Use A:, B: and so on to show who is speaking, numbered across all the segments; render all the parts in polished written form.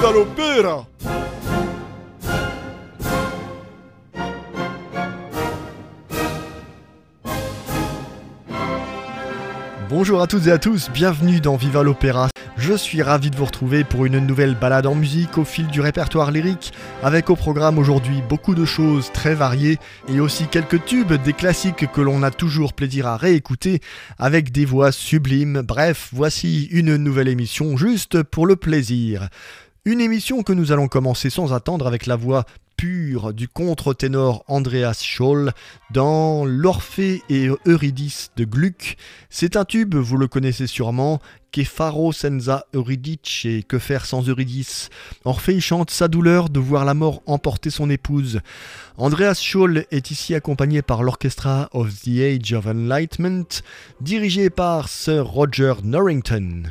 A: Viva l'opéra! Bonjour à toutes et à tous, bienvenue dans Viva l'Opéra. Je suis ravi de vous retrouver pour une nouvelle balade en musique au fil du répertoire lyrique, avec au programme aujourd'hui beaucoup de choses très variées et aussi quelques tubes, des classiques que l'on a toujours plaisir à réécouter avec des voix sublimes. Bref, voici une nouvelle émission juste pour le plaisir. Une émission que nous allons commencer sans attendre avec la voix pure du contre-ténor Andreas Scholl dans l'Orphée et Eurydice de Gluck. C'est un tube, vous le connaissez sûrement, Che faro senza Eurydice, et que faire sans Eurydice. Orphée chante sa douleur de voir la mort emporter son épouse. Andreas Scholl est ici accompagné par l'Orchestra of the Age of Enlightenment, dirigé par Sir Roger Norrington.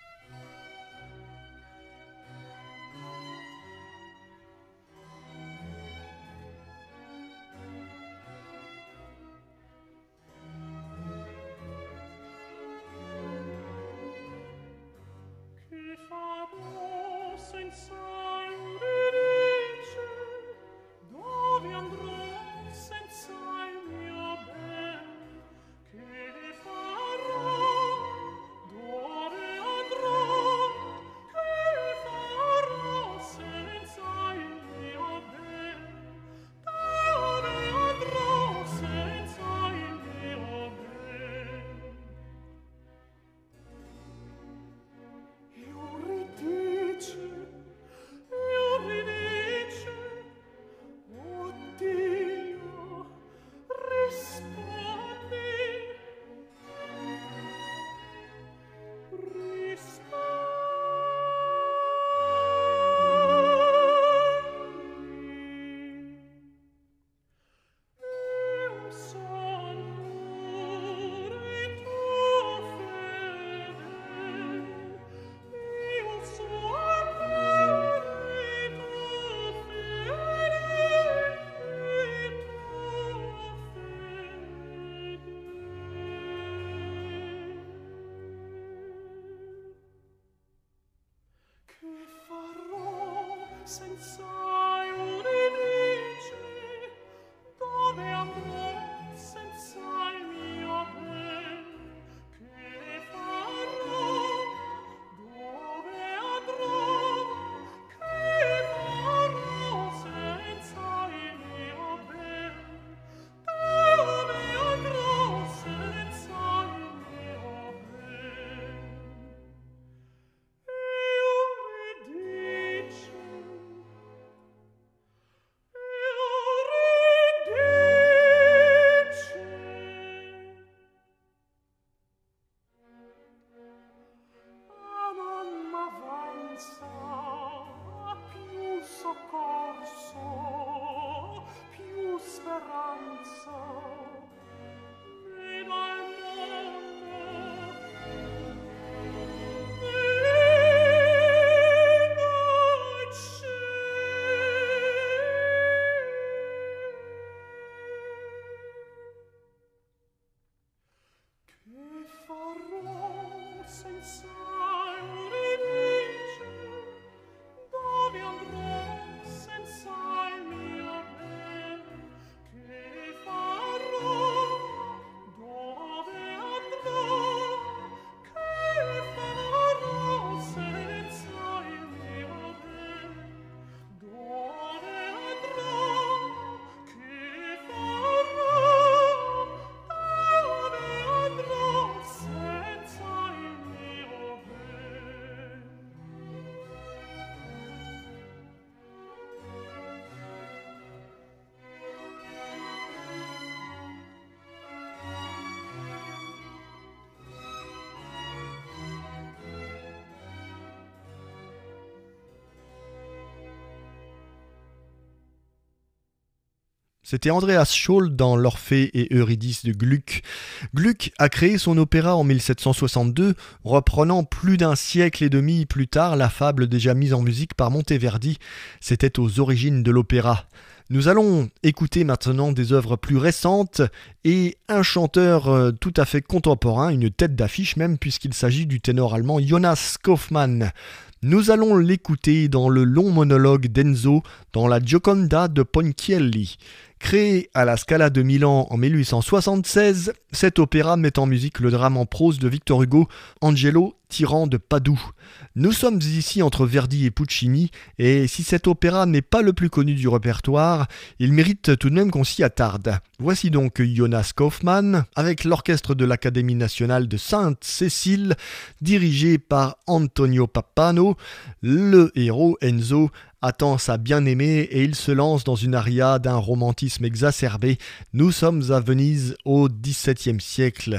A: C'était Andreas Scholl dans l'Orphée et Eurydice de Gluck. Gluck a créé son opéra en 1762, reprenant plus d'un siècle et demi plus tard la fable déjà mise en musique par Monteverdi. C'était aux origines de l'opéra. Nous allons écouter maintenant des œuvres plus récentes et un chanteur tout à fait contemporain, une tête d'affiche même, puisqu'il s'agit du ténor allemand Jonas Kaufmann. Nous allons l'écouter dans le long monologue d'Enzo dans la Gioconda de Ponchielli. Créé à la Scala de Milan en 1876, cet opéra met en musique le drame en prose de Victor Hugo, Angelo, tyran de Padoue. Nous sommes ici entre Verdi et Puccini, et si cet opéra n'est pas le plus connu du répertoire, il mérite tout de même qu'on s'y attarde. Voici donc Jonas Kaufmann, avec l'orchestre de l'Académie nationale de Sainte-Cécile, dirigé par Antonio Pappano. Le héros, Enzo, attend sa bien-aimée et il se lance dans une aria d'un romantisme exacerbé. Nous sommes à Venise au XVIIe siècle.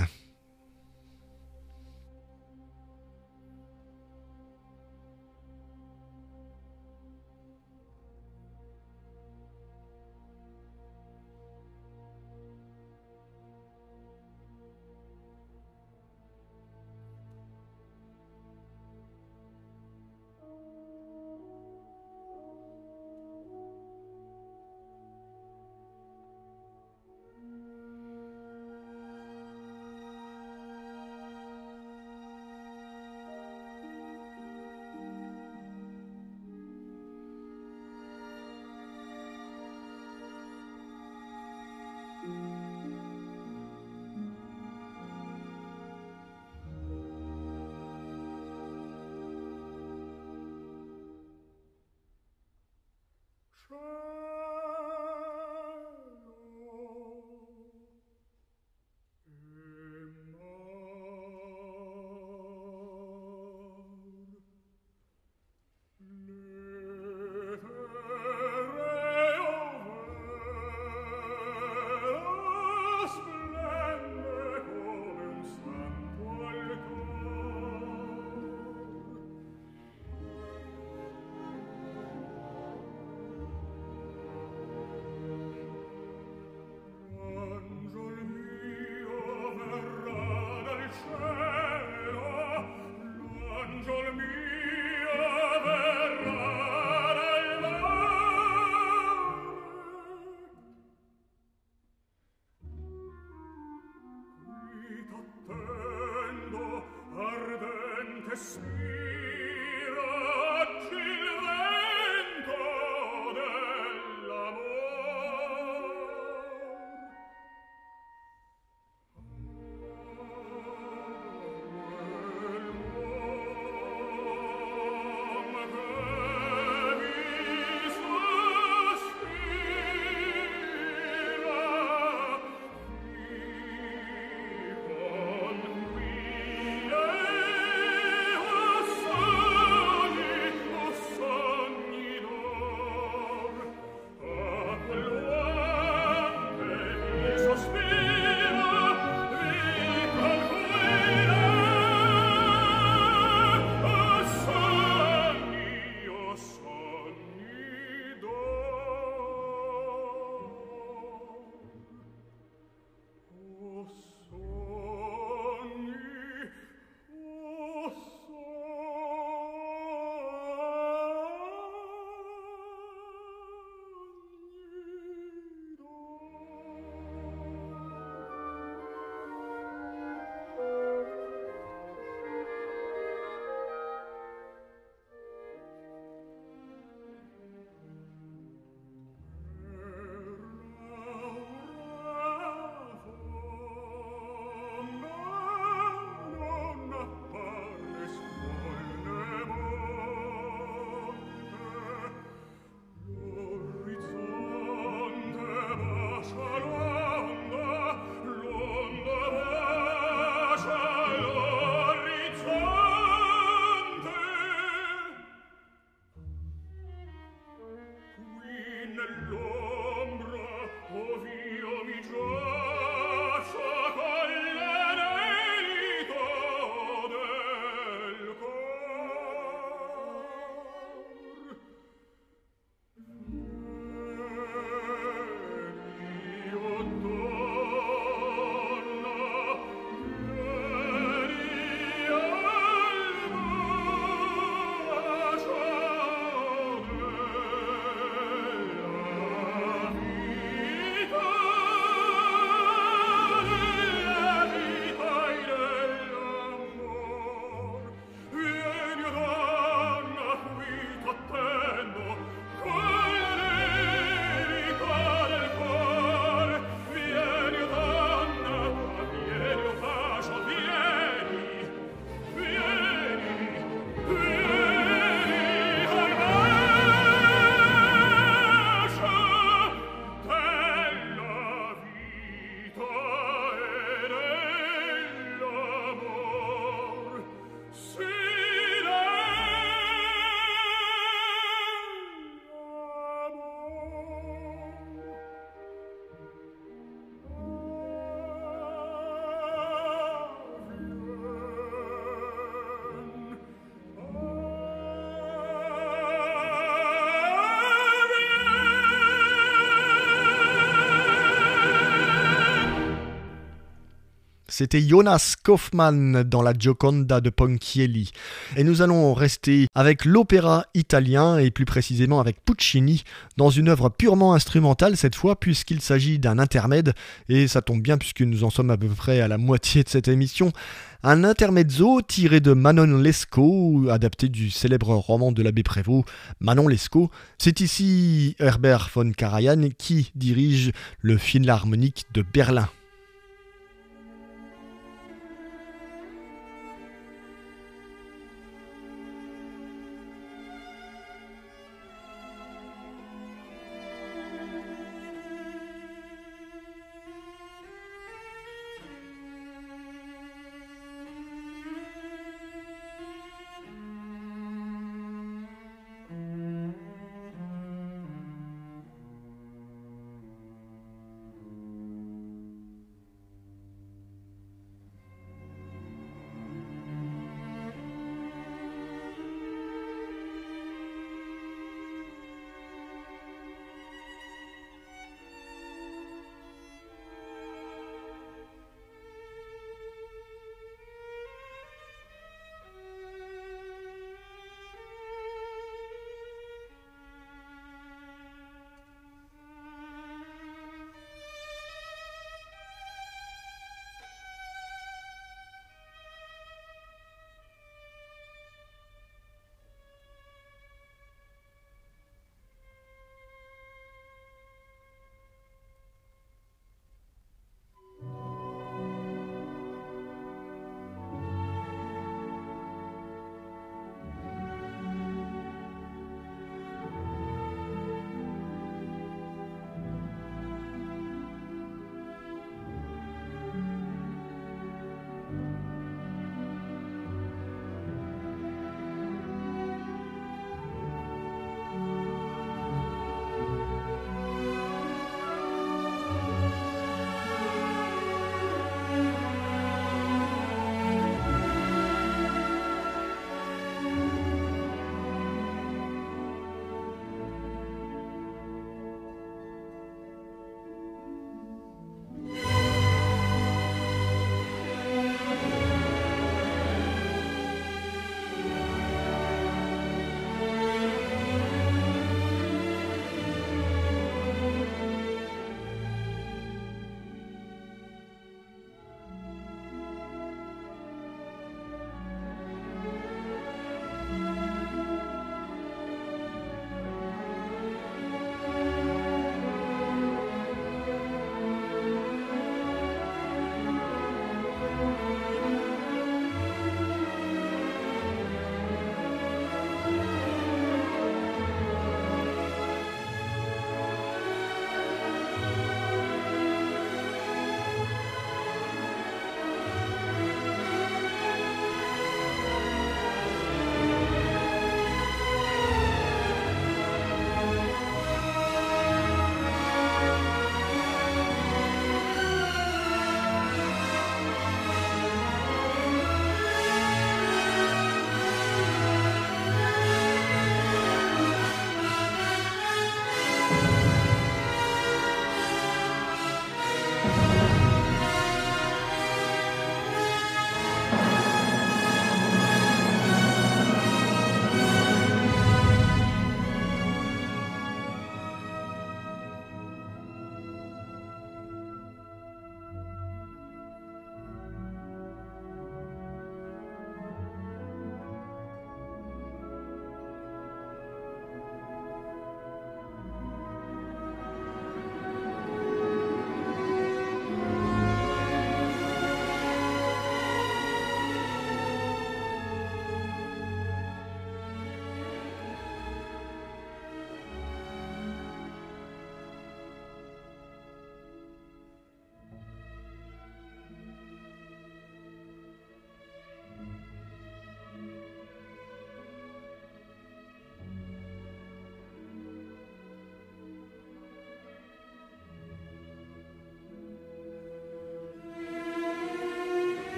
A: C'était Jonas Kaufmann dans la Gioconda de Ponchielli. Et nous allons rester avec l'opéra italien et plus précisément avec Puccini dans une œuvre purement instrumentale cette fois puisqu'il s'agit d'un intermède et ça tombe bien puisque nous en sommes à peu près à la moitié de cette émission. Un intermezzo tiré de Manon Lescaut, adapté du célèbre roman de l'abbé Prévost, Manon Lescaut. C'est ici Herbert von Karajan qui dirige le Philharmonique de Berlin.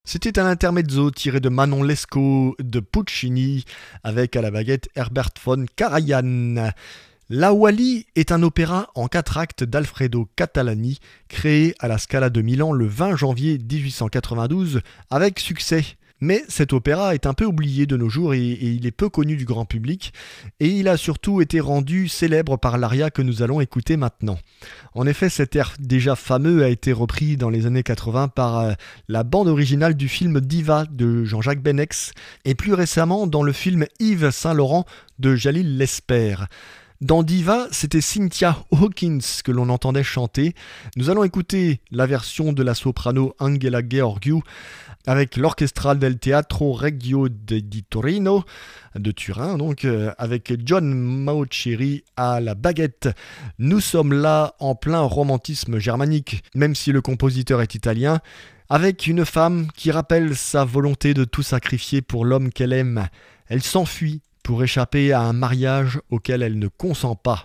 A: C'était un intermezzo tiré de Manon Lescaut de Puccini avec à la baguette Herbert von Karajan. La Wally est un opéra en 4 actes d'Alfredo Catalani, créé à la Scala de Milan le 20 janvier 1892 avec succès. Mais cet opéra est un peu oublié de nos jours et il est peu connu du grand public, et il a surtout été rendu célèbre par l'aria que nous allons écouter maintenant. En effet, cet air déjà fameux a été repris dans les années 80 par la bande originale du film Diva de Jean-Jacques Benex, et plus récemment dans le film Yves Saint-Laurent de Jalil Lesper. Dans Diva, c'était Cynthia Hawkins que l'on entendait chanter. Nous allons écouter la version de la soprano Angela Gheorghiu avec l'Orchestra del Teatro Regio di Torino, de Turin, donc, avec John Mauceri à la baguette. Nous sommes là en plein romantisme germanique, même si le compositeur est italien, avec une femme qui rappelle sa volonté de tout sacrifier pour l'homme qu'elle aime. Elle s'enfuit pour échapper à un mariage auquel elle ne consent pas.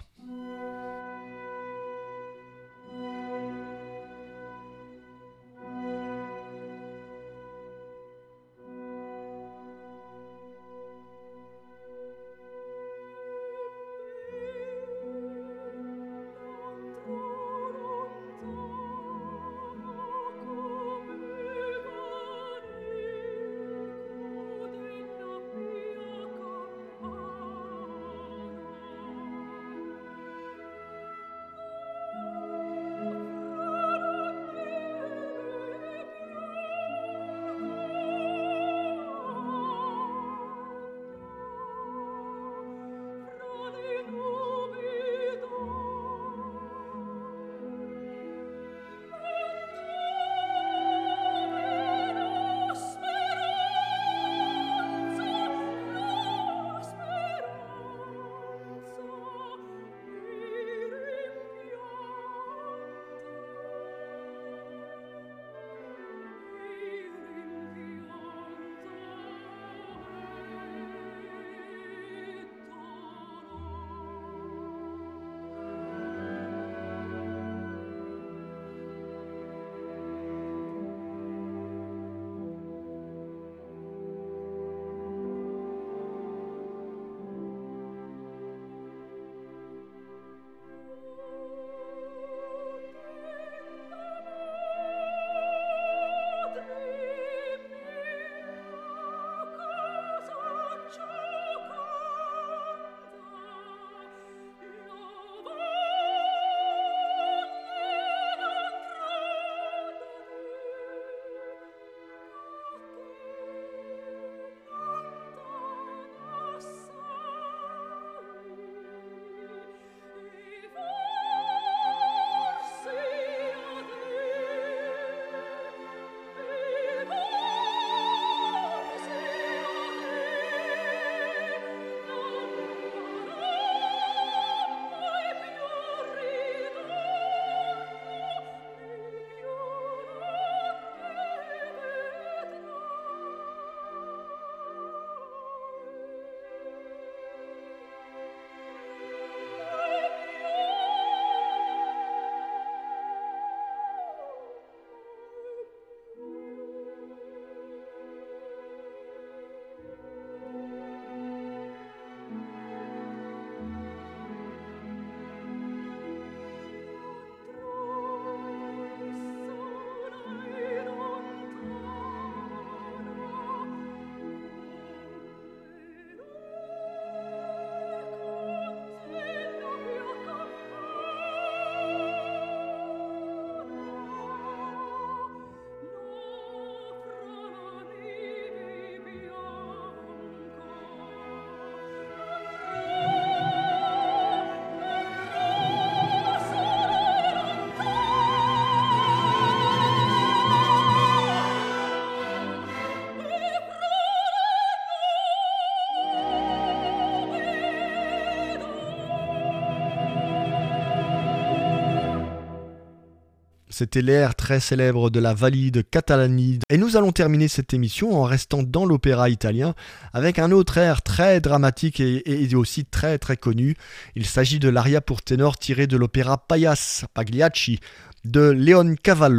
A: C'était l'air très célèbre de la Wally de Catalani. Et nous allons terminer cette émission en restant dans l'opéra italien avec un autre air très dramatique et aussi très très connu. Il s'agit de l'aria pour ténor tiré de l'opéra Paias Pagliacci de Leoncavallo.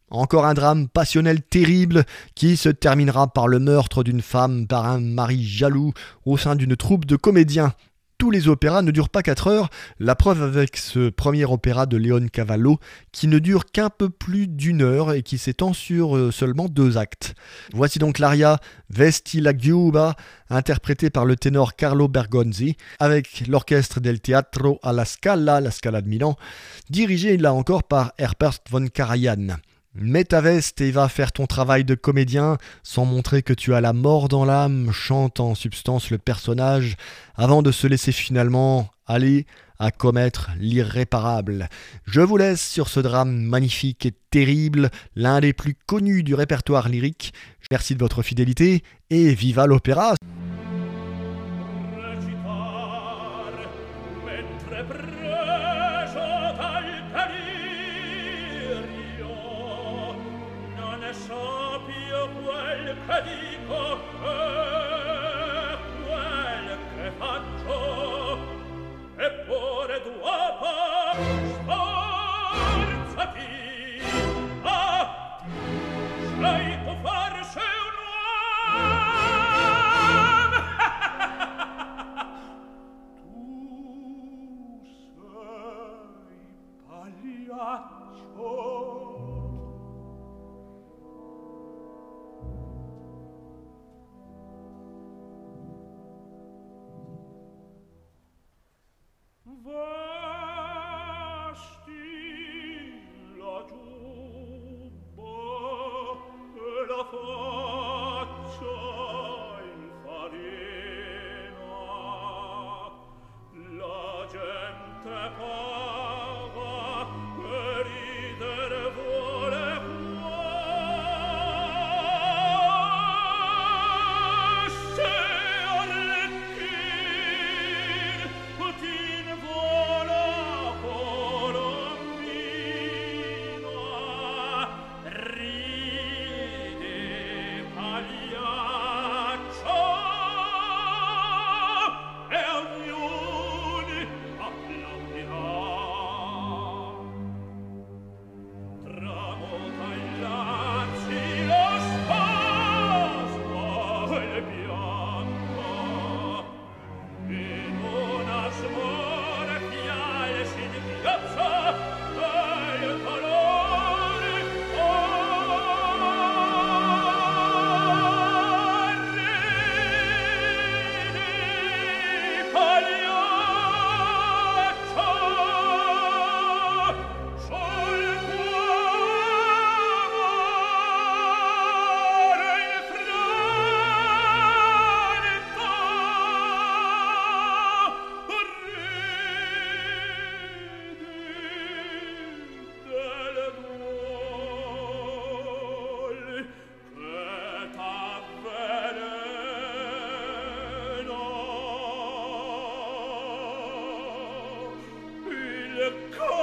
A: Encore un drame passionnel terrible qui se terminera par le meurtre d'une femme par un mari jaloux au sein d'une troupe de comédiens. Tous les opéras ne durent pas 4 heures, la preuve avec ce premier opéra de Leoncavallo qui ne dure qu'un peu plus d'1 heure et qui s'étend sur seulement 2 actes. Voici donc l'aria Vesti la Giuba, interprétée par le ténor Carlo Bergonzi avec l'orchestre del Teatro alla Scala, la Scala de Milan, dirigé là encore par Herbert von Karajan. Mets ta veste et va faire ton travail de comédien sans montrer que tu as la mort dans l'âme, chante en substance le personnage avant de se laisser finalement aller à commettre l'irréparable. Je vous laisse sur ce drame magnifique et terrible, l'un des plus connus du répertoire lyrique. Merci de votre fidélité et viva l'opéra!
B: Come